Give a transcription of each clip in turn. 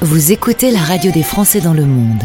Vous écoutez la radio des Français dans le monde.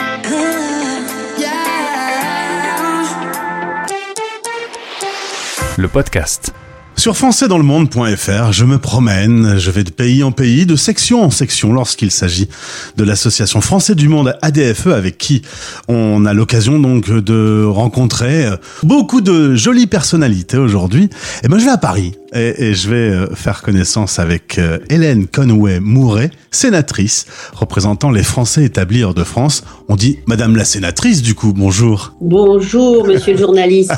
Le podcast. Sur françaisdanslemonde.fr, je me promène, je vais de pays en pays, de section en section lorsqu'il s'agit de l'association Français du Monde ADFE avec qui on a l'occasion donc de rencontrer beaucoup de jolies personnalités aujourd'hui. Et ben je vais à Paris et je vais faire connaissance avec Hélène Conway-Mouret, sénatrice représentant les Français établis hors de France. On dit Madame la sénatrice du coup, bonjour. Bonjour monsieur le journaliste.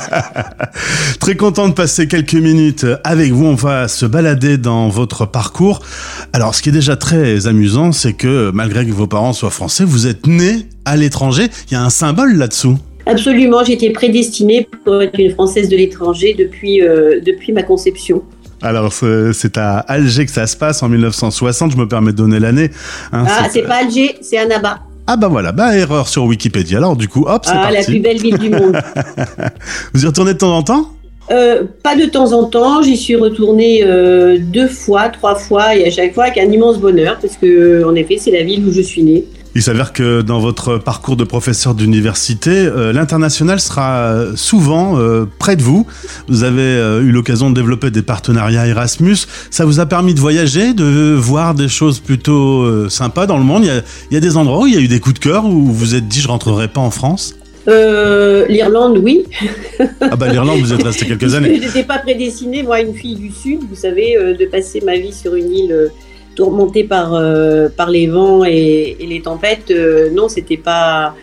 Très content de passer quelques minutes avec vous. On va se balader dans votre parcours. Alors, ce qui est déjà très amusant, c'est que malgré que vos parents soient français, vous êtes né à l'étranger. Il y a un symbole là-dessous. Absolument, j'étais prédestinée pour être une Française de l'étranger depuis ma conception. Alors, c'est à Alger que ça se passe en 1960. Je me permets de donner l'année. C'est pas Alger, c'est Annaba. Ah bah voilà, erreur sur Wikipédia. Alors du coup, hop, c'est parti. La plus belle ville du monde. Vous y retournez de temps en temps ? Pas de temps en temps, j'y suis retournée 2 fois, 3 fois, et à chaque fois avec un immense bonheur, parce que en effet, c'est la ville où je suis née. Il s'avère que dans votre parcours de professeur d'université, l'international sera souvent près de vous. Vous avez eu l'occasion de développer des partenariats Erasmus. Ça vous a permis de voyager, de voir des choses plutôt sympas dans le monde. Il y a des endroits où il y a eu des coups de cœur, où vous vous êtes dit « je rentrerai pas en France ». L'Irlande, oui. Ah bah l'Irlande, vous êtes resté quelques années. Je n'étais pas prédestinée, moi, une fille du Sud, vous savez, de passer ma vie sur une île tourmentée par les vents et les tempêtes. Non, c'était pas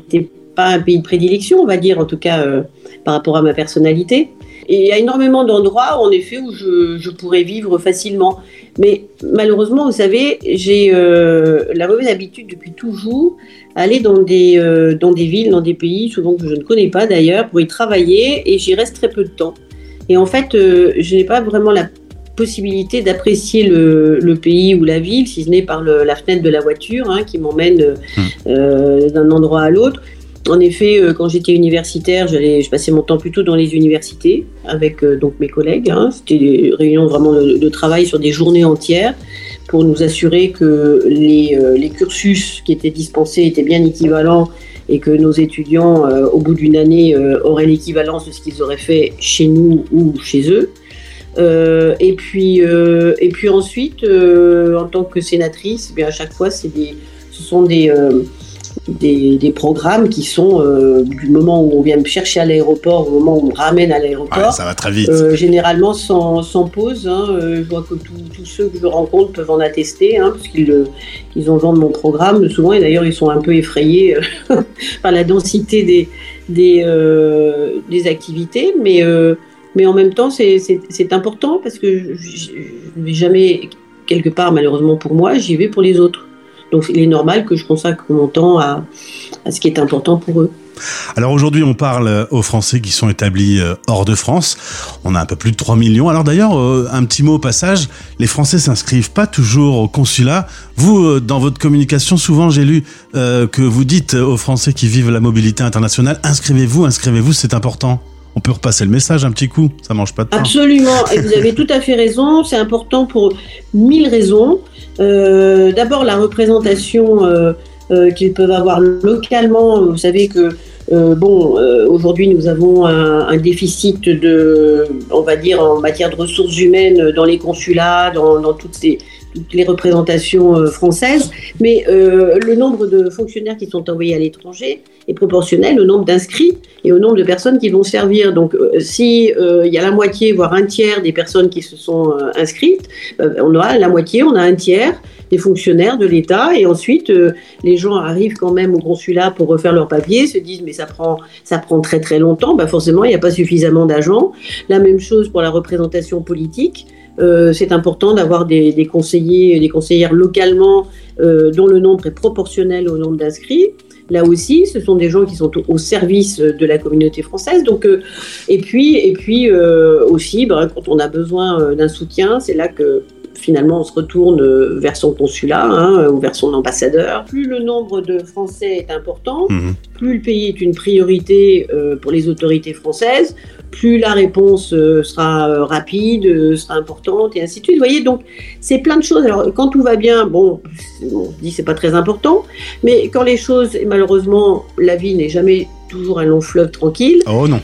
un pays de prédilection, on va dire, en tout cas par rapport à ma personnalité. Et il y a énormément d'endroits, en effet, où je pourrais vivre facilement. Mais malheureusement, vous savez, j'ai la mauvaise habitude depuis toujours aller dans des villes, dans des pays, souvent que je ne connais pas d'ailleurs, pour y travailler, et j'y reste très peu de temps. Et en fait, je n'ai pas vraiment la possibilité d'apprécier le pays ou la ville, si ce n'est par la fenêtre de la voiture, qui m'emmène d'un endroit à l'autre. En effet, quand j'étais universitaire, je passais mon temps plutôt dans les universités avec donc mes collègues. C'était des réunions vraiment de travail sur des journées entières pour nous assurer que les cursus qui étaient dispensés étaient bien équivalents et que nos étudiants, au bout d'une année, auraient l'équivalence de ce qu'ils auraient fait chez nous ou chez eux. Et puis ensuite, en tant que sénatrice, à chaque fois, ce sont des programmes qui sont du moment où on vient me chercher à l'aéroport au moment où on me ramène à l'aéroport. Ouais, ça va très vite. Généralement sans pause. Je vois que tous ceux que je rencontre peuvent en attester, parce qu'ils ont vent de mon programme souvent, et d'ailleurs ils sont un peu effrayés par la densité des activités, mais en même temps c'est important parce que je ne vais jamais quelque part, malheureusement pour moi, j'y vais pour les autres. Donc il est normal que je consacre mon temps à ce qui est important pour eux. Alors aujourd'hui, on parle aux Français qui sont établis hors de France. On a un peu plus de 3 millions. Alors d'ailleurs, un petit mot au passage, les Français s'inscrivent pas toujours au consulat. Vous, dans votre communication, souvent j'ai lu que vous dites aux Français qui vivent la mobilité internationale, inscrivez-vous, c'est important. On peut repasser le message un petit coup, ça mange pas de pain. Absolument, et vous avez tout à fait raison, c'est important pour 1000 raisons. D'abord la représentation qu'ils peuvent avoir localement. Vous savez que aujourd'hui nous avons un déficit on va dire en matière de ressources humaines dans les consulats, dans toutes les représentations françaises, mais le nombre de fonctionnaires qui sont envoyés à l'étranger est proportionnel au nombre d'inscrits et au nombre de personnes qui vont servir. Donc si il y a la moitié, voire un tiers des personnes qui se sont inscrites, on aura la moitié, on a un tiers des fonctionnaires de l'État, et ensuite les gens arrivent quand même au consulat pour refaire leurs papiers, se disent mais ça prend très très longtemps, forcément il n'y a pas suffisamment d'agents. La même chose pour la représentation politique. C'est important d'avoir des conseillers, des conseillères localement dont le nombre est proportionnel au nombre d'inscrits. Là aussi, ce sont des gens qui sont au service de la communauté française. Donc, et puis aussi, quand on a besoin d'un soutien, c'est là que finalement on se retourne vers son consulat ou vers son ambassadeur. Plus le nombre de Français est important, plus le pays est une priorité pour les autorités françaises, plus la réponse sera rapide, sera importante, et ainsi de suite. Vous voyez, donc c'est plein de choses. Alors quand tout va bien, on se dit c'est pas très important, mais quand les choses, et malheureusement, la vie n'est jamais toujours un long fleuve tranquille. Oh non.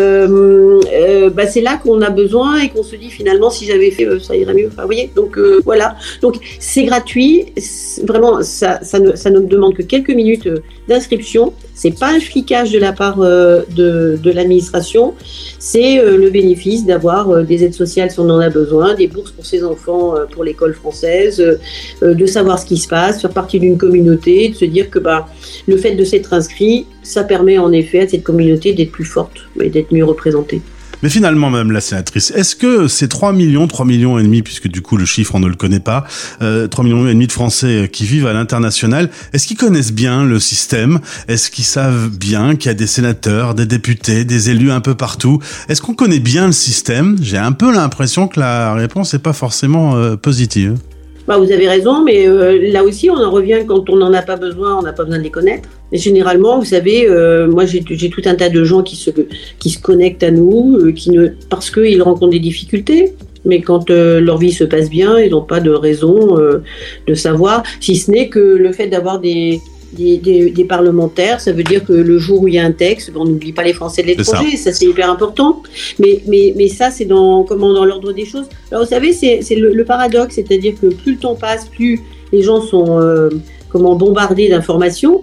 C'est là qu'on a besoin et qu'on se dit finalement si j'avais fait ça irait mieux. Enfin, vous voyez, donc voilà. Donc c'est gratuit. Vraiment, ça ne demande que quelques minutes d'inscription. C'est pas un flicage de la part de l'administration. C'est le bénéfice d'avoir des aides sociales si on en a besoin, des bourses pour ses enfants pour l'école française, de savoir ce qui se passe, faire partie d'une communauté, de se dire que le fait de s'être inscrit, ça permet en effet à cette communauté d'être plus forte et d'être mieux représentée. Mais finalement, Madame la sénatrice, est-ce que ces 3 millions et demi, puisque du coup le chiffre on ne le connaît pas, 3 millions et demi de Français qui vivent à l'international, est-ce qu'ils connaissent bien le système? Est-ce qu'ils savent bien qu'il y a des sénateurs, des députés, des élus un peu partout? Est-ce qu'on connaît bien le système? J'ai un peu l'impression que la réponse n'est pas forcément positive. Vous avez raison, mais là aussi, on en revient quand on n'en a pas besoin, on n'a pas besoin de les connaître. Et généralement, vous savez, moi j'ai tout un tas de gens qui se connectent à nous, parce qu'ils rencontrent des difficultés. Mais quand leur vie se passe bien, ils n'ont pas de raison de savoir, si ce n'est que le fait d'avoir des parlementaires, ça veut dire que le jour où il y a un texte, on n'oublie pas les Français de l'étranger, ça c'est hyper important. Mais ça c'est dans l'ordre des choses. Alors vous savez, c'est le paradoxe, c'est-à-dire que plus le temps passe, plus les gens sont bombardés d'informations.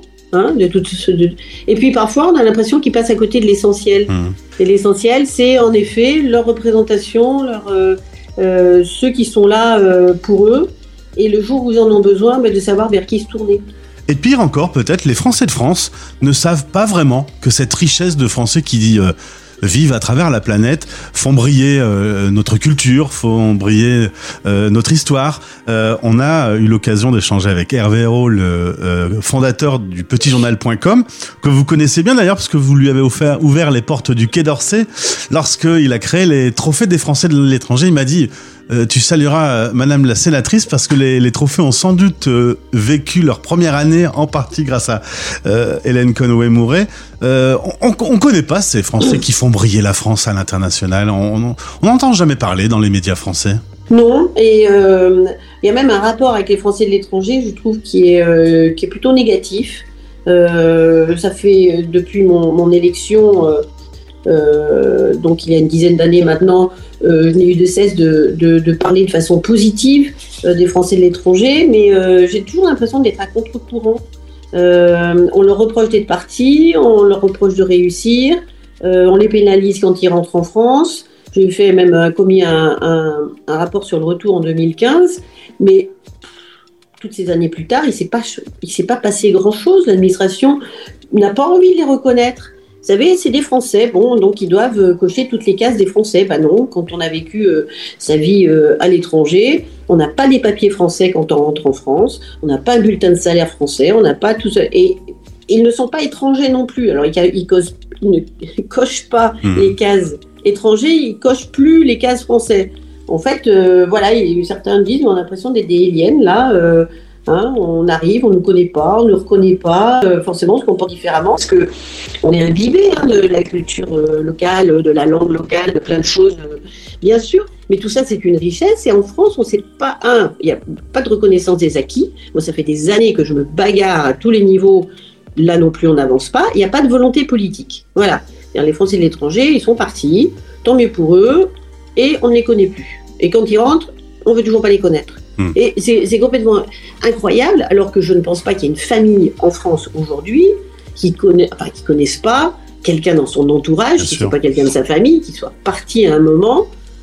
Et puis parfois on a l'impression qu'ils passent à côté de l'essentiel. Et l'essentiel, c'est en effet leur représentation, ceux qui sont là pour eux, et le jour où ils en ont besoin, de savoir vers qui se tourner. Et pire encore, peut-être, les Français de France ne savent pas vraiment que cette richesse de Français qui vivent à travers la planète font briller notre culture, font briller notre histoire. On a eu l'occasion d'échanger avec Hervé Hérault, le fondateur du petitjournal.com, que vous connaissez bien d'ailleurs parce que vous lui avez ouvert les portes du Quai d'Orsay lorsqu'il a créé les trophées des Français de l'étranger. Il m'a dit tu salueras Madame la sénatrice parce que les trophées ont sans doute vécu leur première année en partie grâce à Hélène Conway-Mouret. On connaît pas ces Français qui font briller la France à l'international. On n'entend jamais parler dans les médias français. Non, et il y a même un rapport avec les Français de l'étranger, je trouve, qui est plutôt négatif. Ça fait depuis mon élection, donc il y a une dizaine d'années maintenant, je n'ai eu de cesse de parler de façon positive des Français de l'étranger, mais j'ai toujours l'impression d'être à contre-courant. On leur reproche d'être partis, on leur reproche de réussir, on les pénalise quand ils rentrent en France. J'ai fait même commis un rapport sur le retour en 2015, mais toutes ces années plus tard, il s'est pas passé grand-chose. L'administration n'a pas envie de les reconnaître. Vous savez, c'est des Français, donc ils doivent cocher toutes les cases des Français. Non, quand on a vécu sa vie à l'étranger, on n'a pas les papiers français quand on rentre en France, on n'a pas un bulletin de salaire français, on n'a pas tout ça. Et ils ne sont pas étrangers non plus. Alors, ils ne cochent pas les cases étrangers, ils cochent plus les cases français. En fait, certains disent, on a l'impression d'être des aliens, là. On arrive, on ne nous connaît pas, on ne nous reconnaît pas, forcément on se comporte différemment parce qu'on est imbibé de la culture locale, de la langue locale, de plein de choses, bien sûr. Mais tout ça, c'est une richesse. Et en France, on ne sait pas, il n'y a pas de reconnaissance des acquis. Moi, ça fait des années que je me bagarre à tous les niveaux. Là non plus, on n'avance pas. Il n'y a pas de volonté politique. Voilà. C'est-à-dire, les Français de l'étranger, ils sont partis. Tant mieux pour eux. Et on ne les connaît plus. Et quand ils rentrent, on ne veut toujours pas les connaître. Et c'est complètement incroyable, alors que je ne pense pas qu'il y ait une famille en France aujourd'hui qui connaisse pas quelqu'un dans son entourage, qui ne soit pas quelqu'un de sa famille, qui soit parti à un moment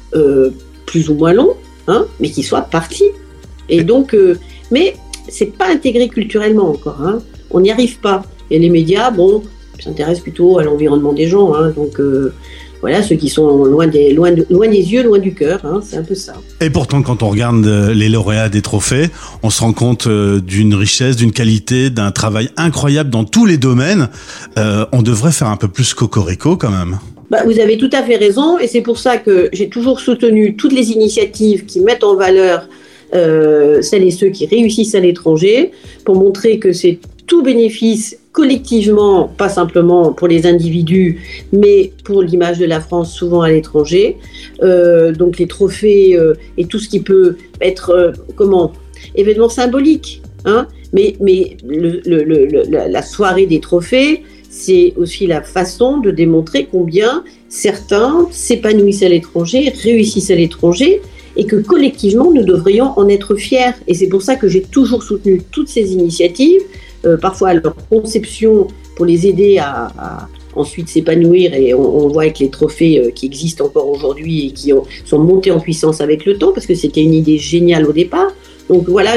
plus ou moins long, mais qui soit parti. Et donc, mais c'est pas intégré culturellement encore. On n'y arrive pas. Et les médias, s'intéressent plutôt à l'environnement des gens. Donc voilà, ceux qui sont loin des yeux, loin du cœur, c'est un peu ça. Et pourtant, quand on regarde les lauréats des trophées, on se rend compte d'une richesse, d'une qualité, d'un travail incroyable dans tous les domaines. On devrait faire un peu plus cocorico quand même. Vous avez tout à fait raison, et c'est pour ça que j'ai toujours soutenu toutes les initiatives qui mettent en valeur celles et ceux qui réussissent à l'étranger, pour montrer que c'est tout bénéfice collectivement, pas simplement pour les individus, mais pour l'image de la France souvent à l'étranger. Donc les trophées et tout ce qui peut être, événement symbolique. Hein, mais la soirée des trophées, c'est aussi la façon de démontrer combien certains s'épanouissent à l'étranger, réussissent à l'étranger, et que collectivement, nous devrions en être fiers. Et c'est pour ça que j'ai toujours soutenu toutes ces initiatives, parfois à leur conception, pour les aider à ensuite s'épanouir. Et on voit avec les trophées qui existent encore aujourd'hui et qui sont montés en puissance avec le temps, parce que c'était une idée géniale au départ. Donc voilà,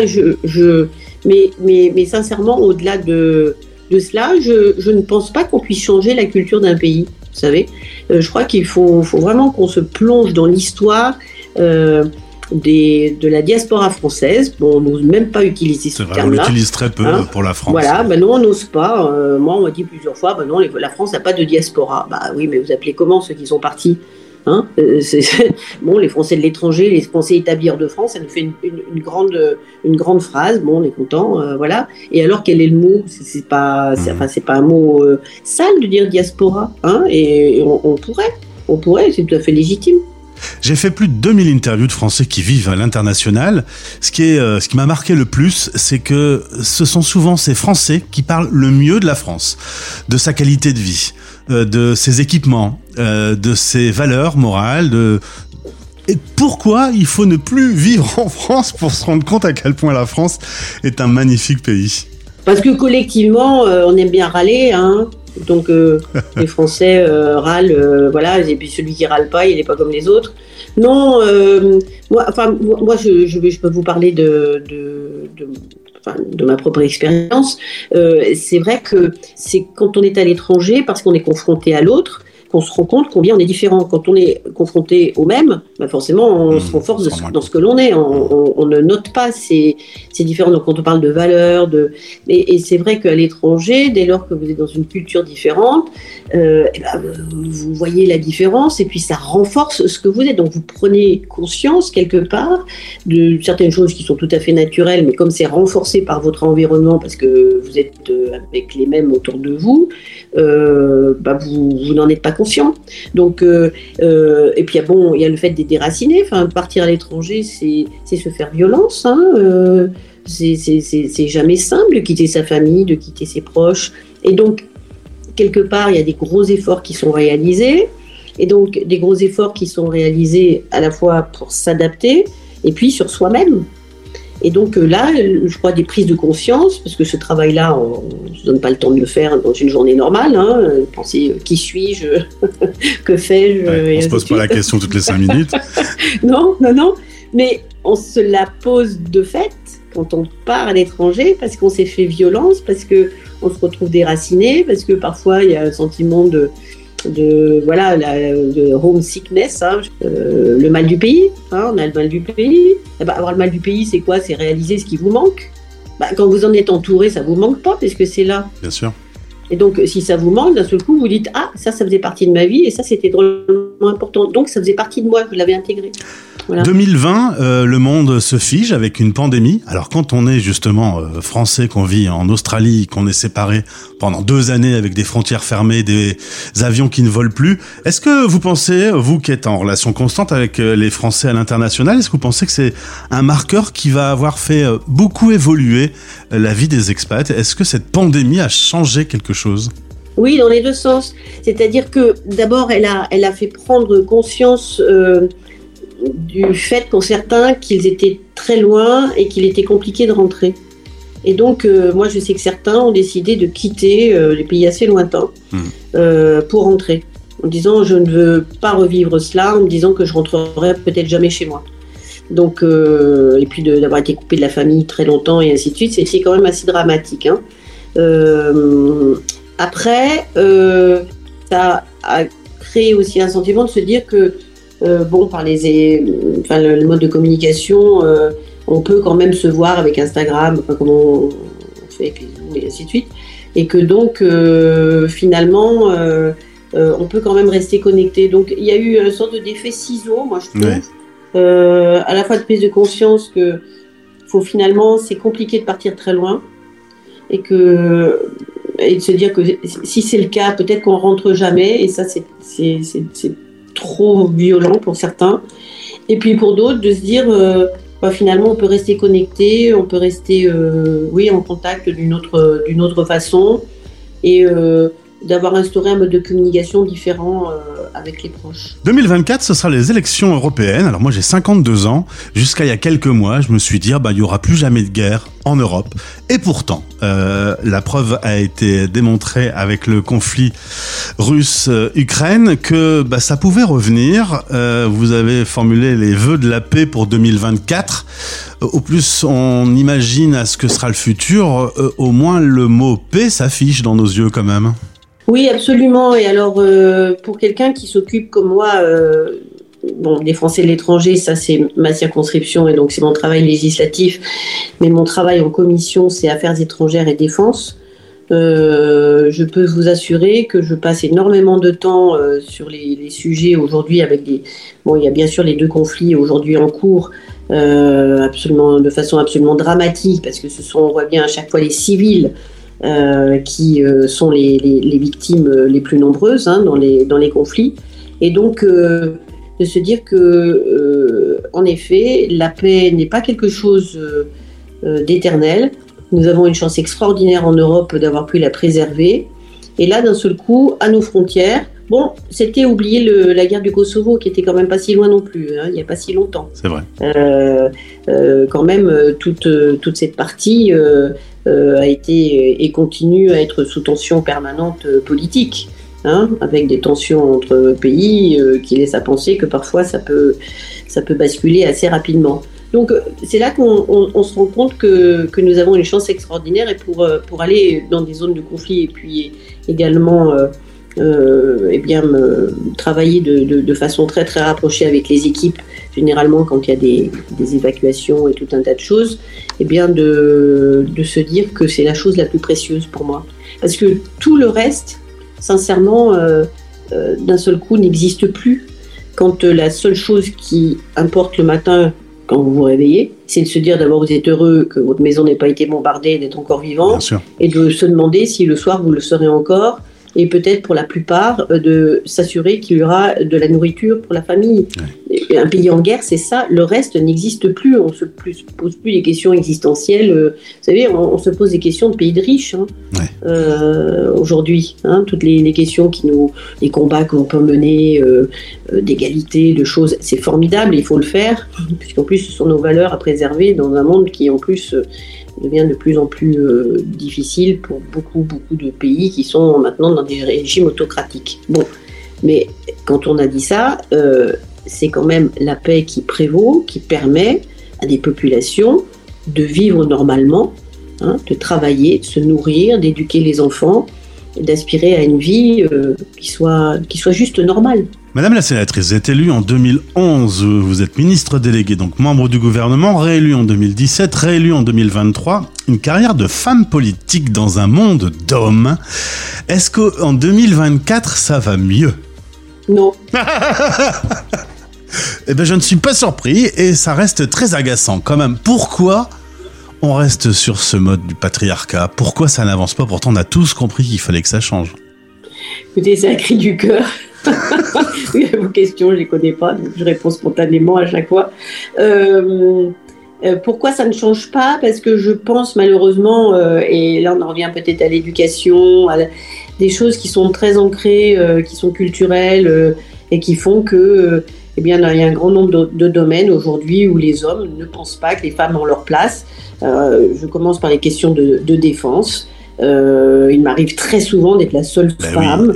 mais sincèrement, au-delà de cela, je ne pense pas qu'on puisse changer la culture d'un pays. Vous savez, je crois qu'il faut vraiment qu'on se plonge dans l'histoire de la diaspora française. Bon, on n'ose même pas utiliser ce terme-là. On l'utilise très peu pour la France. Voilà, non, on n'ose pas. Moi, on m'a dit plusieurs fois, non, la France n'a pas de diaspora. Bah oui, mais vous appelez comment ceux qui sont partis? Hein, bon, les Français de l'étranger, les Français établis hors de France, ça nous fait une grande phrase. Bon, on est content, voilà. Et alors, quel est le mot? C'est pas un mot sale de dire diaspora, hein. Et on pourrait, c'est tout à fait légitime. J'ai fait plus de 2000 interviews de Français qui vivent à l'international. Ce qui m'a marqué le plus, c'est que ce sont souvent ces Français qui parlent le mieux de la France, de sa qualité de vie, de ses équipements, de ses valeurs morales, Et pourquoi il faut ne plus vivre en France pour se rendre compte à quel point la France est un magnifique pays? Parce que collectivement, on aime bien râler, hein. Donc les Français râlent, voilà, et puis celui qui râle pas, il n'est pas comme les autres. Non, moi, je peux vous parler de ma propre expérience. C'est vrai que c'est quand on est à l'étranger, parce qu'on est confronté à l'autre, qu'on se rend compte combien on est différent. Quand on est confronté au même, forcément, on se renforce dans ce que l'on est. On ne note pas ces différences. Donc, quand on parle de valeurs, et c'est vrai qu'à l'étranger, dès lors que vous êtes dans une culture différente, vous voyez la différence, et puis ça renforce ce que vous êtes. Donc, vous prenez conscience, quelque part, de certaines choses qui sont tout à fait naturelles, mais comme c'est renforcé par votre environnement, parce que vous êtes avec les mêmes autour de vous, vous n'en êtes pas conscient. Donc, et puis il y a le fait d'être déraciné. Enfin, partir à l'étranger, c'est se faire violence. Hein, c'est jamais simple de quitter sa famille, de quitter ses proches. Et donc, quelque part, il y a des gros efforts qui sont réalisés. Et donc, des gros efforts qui sont réalisés à la fois pour s'adapter et puis sur soi-même. Et donc là, je crois des prises de conscience, parce que ce travail-là, on ne se donne pas le temps de le faire dans une journée normale. Hein, penser qui suis-je, que fais-je. Ouais, on ne se pose pas la question toutes les 5 minutes. Non. Mais on se la pose de fait quand on part à l'étranger, parce qu'on s'est fait violence, parce qu'on se retrouve déraciné, parce que parfois il y a un sentiment de homesickness, hein, le mal du pays, hein, on a le mal du pays. Avoir le mal du pays, c'est quoi? C'est réaliser ce qui vous manque. Quand vous en êtes entouré, ça vous manque pas, parce que c'est là. Bien sûr. Et donc, si ça vous manque, d'un seul coup, vous dites, ça faisait partie de ma vie, et ça, c'était drôlement important. Donc, ça faisait partie de moi, je l'avais intégré. Voilà. 2020, le monde se fige avec une pandémie. Alors quand on est justement français, qu'on vit en Australie, qu'on est séparé pendant 2 années avec des frontières fermées, des avions qui ne volent plus, est-ce que vous pensez, vous qui êtes en relation constante avec les Français à l'international, est-ce que vous pensez que c'est un marqueur qui va avoir fait beaucoup évoluer la vie des expats? Est-ce que cette pandémie a changé quelque chose? Oui, dans les deux sens. C'est-à-dire que d'abord, elle a fait prendre conscience du fait pour certains qu'ils étaient très loin et qu'il était compliqué de rentrer. Et donc, moi, je sais que certains ont décidé de quitter des pays assez lointains pour rentrer, en disant je ne veux pas revivre cela, en me disant que je rentrerai peut-être jamais chez moi. Donc, et puis d'avoir été coupé de la famille très longtemps et ainsi de suite, c'est quand même assez dramatique. Hein. Après, ça a créé aussi un sentiment de se dire que par le mode de communication, on peut quand même se voir avec Instagram, comment on fait avec les Zoom et ainsi de suite, et que donc finalement on peut quand même rester connecté. Donc il y a eu une sorte d'effet ciseau, moi je trouve, à la fois de prise de conscience que finalement c'est compliqué de partir très loin, et que et de se dire que si c'est le cas, peut-être qu'on rentre jamais, et ça c'est trop violent pour certains. Et puis pour d'autres, de se dire finalement on peut rester connecté, on peut rester en contact d'une autre façon, et d'avoir instauré un mode de communication différent avec les proches. 2024, ce sera les élections européennes. Alors moi j'ai 52 ans. Jusqu'à il y a quelques mois, je me suis dit il y aura plus jamais de guerre en Europe. Et pourtant, la preuve a été démontrée avec le conflit russe-Ukraine que ça pouvait revenir. Vous avez formulé les vœux de la paix pour 2024. Au plus on imagine à ce que sera le futur, au moins le mot paix s'affiche dans nos yeux quand même. Oui, absolument. Et alors, pour quelqu'un qui s'occupe comme moi des Français de l'étranger, ça c'est ma circonscription et donc c'est mon travail législatif. Mais mon travail en commission, c'est Affaires étrangères et défense. Je peux vous assurer que je passe énormément de temps sur les sujets aujourd'hui avec il y a bien sûr les 2 conflits aujourd'hui en cours, de façon absolument dramatique, parce que on voit bien à chaque fois les civils qui sont les victimes les plus nombreuses dans les conflits. Et donc, de se dire que, en effet, la paix n'est pas quelque chose d'éternel. Nous avons une chance extraordinaire en Europe d'avoir pu la préserver. Et là, d'un seul coup, à nos frontières, c'était oublier la guerre du Kosovo, qui était quand même pas si loin non plus, il n'y a pas si longtemps. C'est vrai. Quand même, toute cette partie a été et continue à être sous tension permanente politique, avec des tensions entre pays qui laissent à penser que parfois ça peut basculer assez rapidement. Donc c'est là qu'on se rend compte que nous avons une chance extraordinaire, et pour aller dans des zones de conflit et puis également travailler de façon très très rapprochée avec les équipes, généralement quand il y a des évacuations et tout un tas de choses, de se dire que c'est la chose la plus précieuse pour moi. Parce que tout le reste, sincèrement, d'un seul coup n'existe plus. Quand la seule chose qui importe le matin quand vous vous réveillez, c'est de se dire d'abord vous êtes heureux que votre maison n'ait pas été bombardée, d'être encore vivant, et de se demander si le soir vous le serez encore, et peut-être pour la plupart de s'assurer qu'il y aura de la nourriture pour la famille. Ouais. Un pays en guerre, c'est ça. Le reste n'existe plus. On ne se pose plus les questions existentielles. Vous savez, on se pose des questions de pays de riches aujourd'hui. Toutes les questions les combats qu'on peut mener, d'égalité, de choses, c'est formidable. Il faut le faire, puisqu'en plus, ce sont nos valeurs à préserver dans un monde qui, en plus, devient de plus en plus difficile pour beaucoup de pays qui sont maintenant dans des régimes autocratiques. Mais quand on a dit ça, c'est quand même la paix qui prévaut, qui permet à des populations de vivre normalement, de travailler, de se nourrir, d'éduquer les enfants, et d'aspirer à une vie qui soit juste normale. Madame la sénatrice, vous êtes élue en 2011, vous êtes ministre déléguée, donc membre du gouvernement, réélue en 2017, réélue en 2023, une carrière de femme politique dans un monde d'hommes. Est-ce qu'en 2024, ça va mieux ? Non. Eh bien, je ne suis pas surpris et ça reste très agaçant quand même. Pourquoi on reste sur ce mode du patriarcat ? Pourquoi ça n'avance pas ? Pourtant, on a tous compris qu'il fallait que ça change. Écoutez, c'est un cri du cœur. Vos questions, je ne les connais pas, donc je réponds spontanément à chaque fois. Pourquoi ça ne change pas ? Parce que je pense malheureusement, et là on en revient peut-être à l'éducation, à des choses qui sont très ancrées, qui sont culturelles, et qui font que il y a un grand nombre de domaines aujourd'hui où les hommes ne pensent pas que les femmes ont leur place. Je commence par les questions de défense. Il m'arrive très souvent d'être la seule femme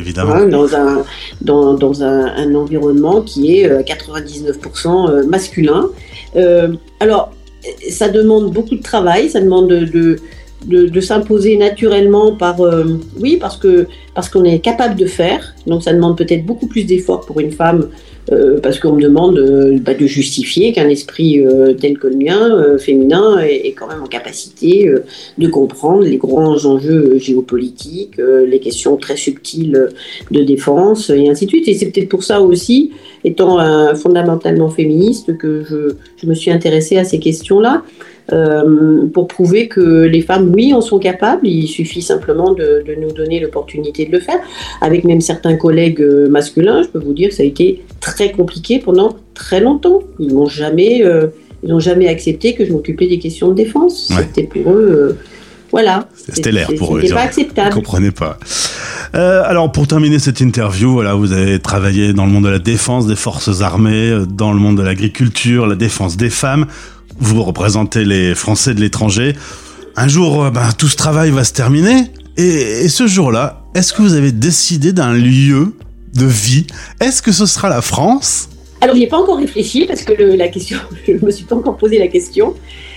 dans un environnement qui est 99% masculin. Alors, ça demande beaucoup de travail, ça demande de s'imposer naturellement parce qu'on est capable de faire. Donc, ça demande peut-être beaucoup plus d'efforts pour une femme parce qu'on me demande de justifier qu'un esprit tel que le mien, féminin, est quand même en capacité de comprendre les grands enjeux géopolitiques, les questions très subtiles de défense, et ainsi de suite. Et c'est peut-être pour ça aussi, étant fondamentalement féministe, que je me suis intéressée à ces questions-là, pour prouver que les femmes, oui, en sont capables. Il suffit simplement de nous donner l'opportunité de le faire. Avec même certains collègues masculins, je peux vous dire que ça a été très compliqué pendant très longtemps. Ils n'ont jamais accepté que je m'occupais des questions de défense. Ouais. C'était pour eux... voilà. C'était stellaire pour eux. C'était pas acceptable. Ils ne comprenaient pas. Alors, pour terminer cette interview, voilà, vous avez travaillé dans le monde de la défense, des forces armées, dans le monde de l'agriculture, la défense des femmes. Vous représentez les Français de l'étranger. Un jour, tout ce travail va se terminer. Et ce jour-là, est-ce que vous avez décidé d'un lieu de vie ? Est-ce que ce sera la France ? Alors, j'y ai pas encore réfléchi parce que la question, je me suis pas encore posé la question.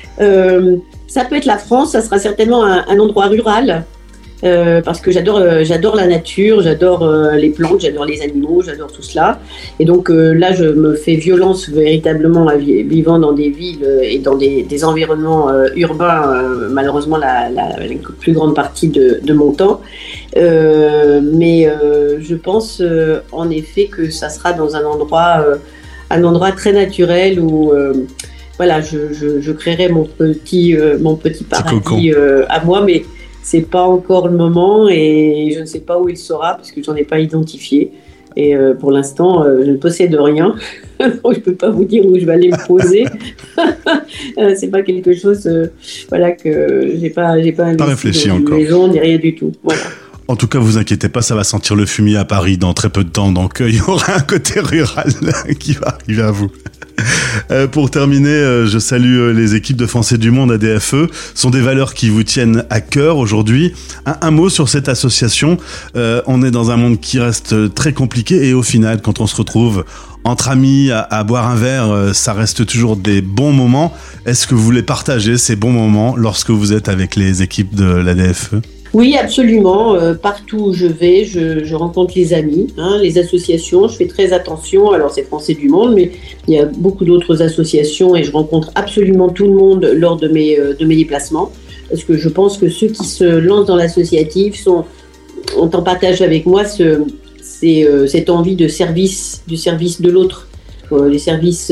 Ça peut être la France, ça sera certainement un endroit rural. Parce que j'adore la nature, j'adore les plantes, j'adore les animaux, j'adore tout cela. Et donc là, je me fais violence véritablement vivant dans des villes et dans des environnements urbains, malheureusement la plus grande partie de mon temps. Mais je pense en effet que ça sera dans un endroit très naturel où... voilà, je créerai mon petit paradis à moi, mais c'est pas encore le moment et je ne sais pas où il sera parce que j'en ai pas identifié. Et pour l'instant, je ne possède rien. Donc je peux pas vous dire où je vais aller me poser. C'est pas quelque chose, que j'ai pas réfléchi dans encore. Une maison ni rien du tout. Voilà. En tout cas, vous inquiétez pas, ça va sentir le fumier à Paris dans très peu de temps, donc il y aura un côté rural qui va arriver à vous. Pour terminer, je salue les équipes de Français du Monde ADFE. Ce sont des valeurs qui vous tiennent à cœur aujourd'hui. Un mot sur cette association. On est dans un monde qui reste très compliqué et au final, quand on se retrouve entre amis à boire un verre, ça reste toujours des bons moments. Est-ce que vous voulez partager ces bons moments lorsque vous êtes avec les équipes de l'ADFE ? Oui, absolument. Partout où je vais, je rencontre les amis, les associations. Je fais très attention. Alors, c'est Français du Monde, mais il y a beaucoup d'autres associations et je rencontre absolument tout le monde lors de mes déplacements. Parce que je pense que ceux qui se lancent dans l'associatif ont en partage avec moi cette envie de service, du service de l'autre. Les services,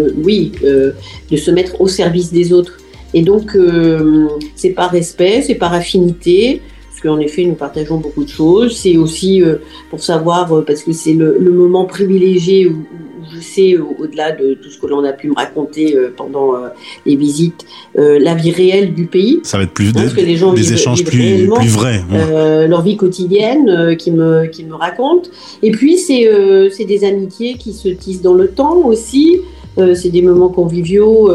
de se mettre au service des autres. Et donc, c'est par respect, c'est par affinité, parce qu'en effet, nous partageons beaucoup de choses. C'est aussi pour savoir, parce que c'est le moment privilégié où je sais, au-delà de tout ce que l'on a pu me raconter pendant les visites, la vie réelle du pays. Ça va être plus des échanges plus vrais. Leur vie quotidienne qui me racontent. Et puis, c'est des amitiés qui se tissent dans le temps aussi. C'est des moments conviviaux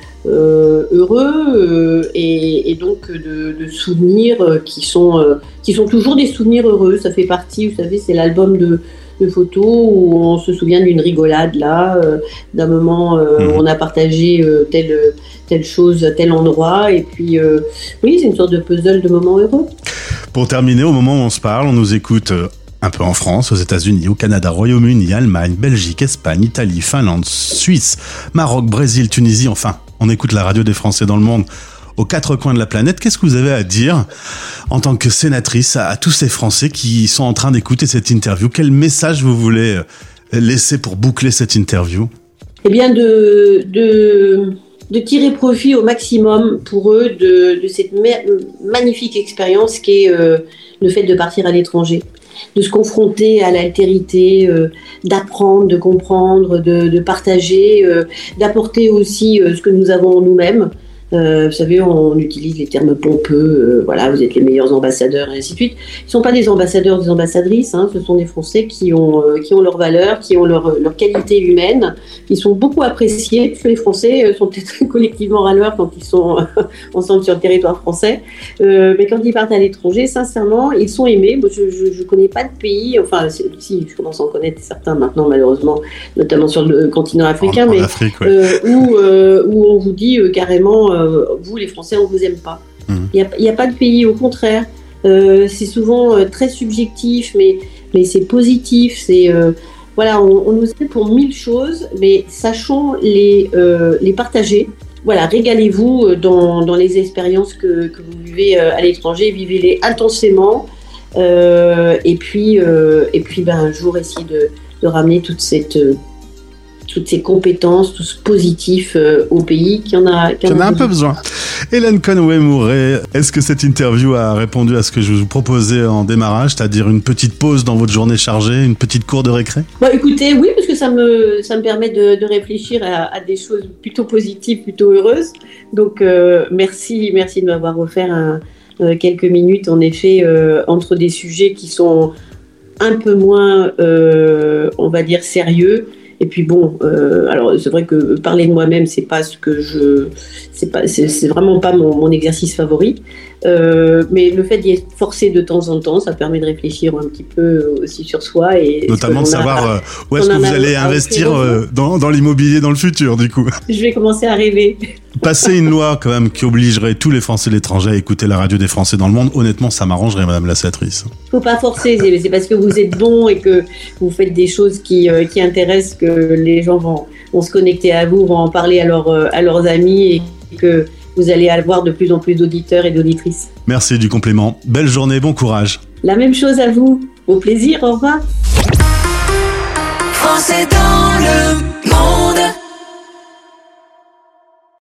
heureux et donc de souvenirs qui sont toujours des souvenirs heureux. Ça fait partie, vous savez, c'est l'album de photos où on se souvient d'une rigolade là, d'un moment où on a partagé telle chose à tel endroit et puis oui, c'est une sorte de puzzle de moments heureux. Pour terminer, au moment où on se parle, on nous écoute un peu en France, aux États-Unis, au Canada, Royaume-Uni, Allemagne, Belgique, Espagne, Italie, Finlande, Suisse, Maroc, Brésil, Tunisie, enfin, on écoute la radio des Français dans le monde aux quatre coins de la planète. Qu'est-ce que vous avez à dire en tant que sénatrice à tous ces Français qui sont en train d'écouter cette interview ? Quel message vous voulez laisser pour boucler cette interview ? Eh bien, de tirer profit au maximum pour eux de cette magnifique expérience qu'est le fait de partir à l'étranger, de se confronter à l'altérité, d'apprendre, de comprendre, de partager, d'apporter aussi ce que nous avons en nous-mêmes. Vous savez, on utilise les termes pompeux, voilà, vous êtes les meilleurs ambassadeurs, et ainsi de suite. Ils ne sont pas des ambassadeurs, des ambassadrices, ce sont des Français qui ont leurs valeurs, qui ont leur qualité humaine, qui sont beaucoup appréciés, parce que les Français sont peut-être collectivement râleurs quand ils sont ensemble sur le territoire français, mais quand ils partent à l'étranger, sincèrement, ils sont aimés. Moi, je ne connais pas de pays, enfin, si, je commence à en connaître certains maintenant, malheureusement, notamment sur le continent africain, mais Afrique, ouais. où on vous dit carrément... vous, les Français, on vous aime pas. Il n'y a pas de pays, au contraire. C'est souvent très subjectif, mais c'est positif. voilà, on nous aide pour 1000 choses, mais sachons les partager. Voilà, régalez-vous dans les expériences que vous vivez à l'étranger, vivez-les intensément. Et puis, un jour, essayez de ramener toutes ces compétences, tout ce positif au pays qui en a un peu besoin. Hélène Conway-Mouret, est-ce que cette interview a répondu à ce que je vous proposais en démarrage, c'est-à-dire une petite pause dans votre journée chargée, une petite cour de récré ? Écoutez, oui, parce que ça me permet de réfléchir à des choses plutôt positives, plutôt heureuses. Donc, merci de m'avoir offert quelques minutes, en effet, entre des sujets qui sont un peu moins, on va dire, sérieux. Et puis bon, alors c'est vrai que parler de moi-même, c'est vraiment pas mon exercice favori. Mais le fait d'y être forcé de temps en temps, ça permet de réfléchir un petit peu aussi sur soi et notamment de savoir où est-ce que vous allez investir dans l'immobilier dans le futur, du coup. Je vais commencer à rêver. Passer une loi quand même qui obligerait tous les Français de l'étranger à écouter la radio des Français dans le monde, honnêtement, ça m'arrangerait, Madame la sénatrice. Faut pas forcer, c'est parce que vous êtes bon et que vous faites des choses qui intéressent que les gens vont se connecter à vous, vont en parler à leurs amis et que vous allez avoir de plus en plus d'auditeurs et d'auditrices. Merci du compliment. Belle journée, bon courage. La même chose à vous. Au plaisir, au revoir. Français dans le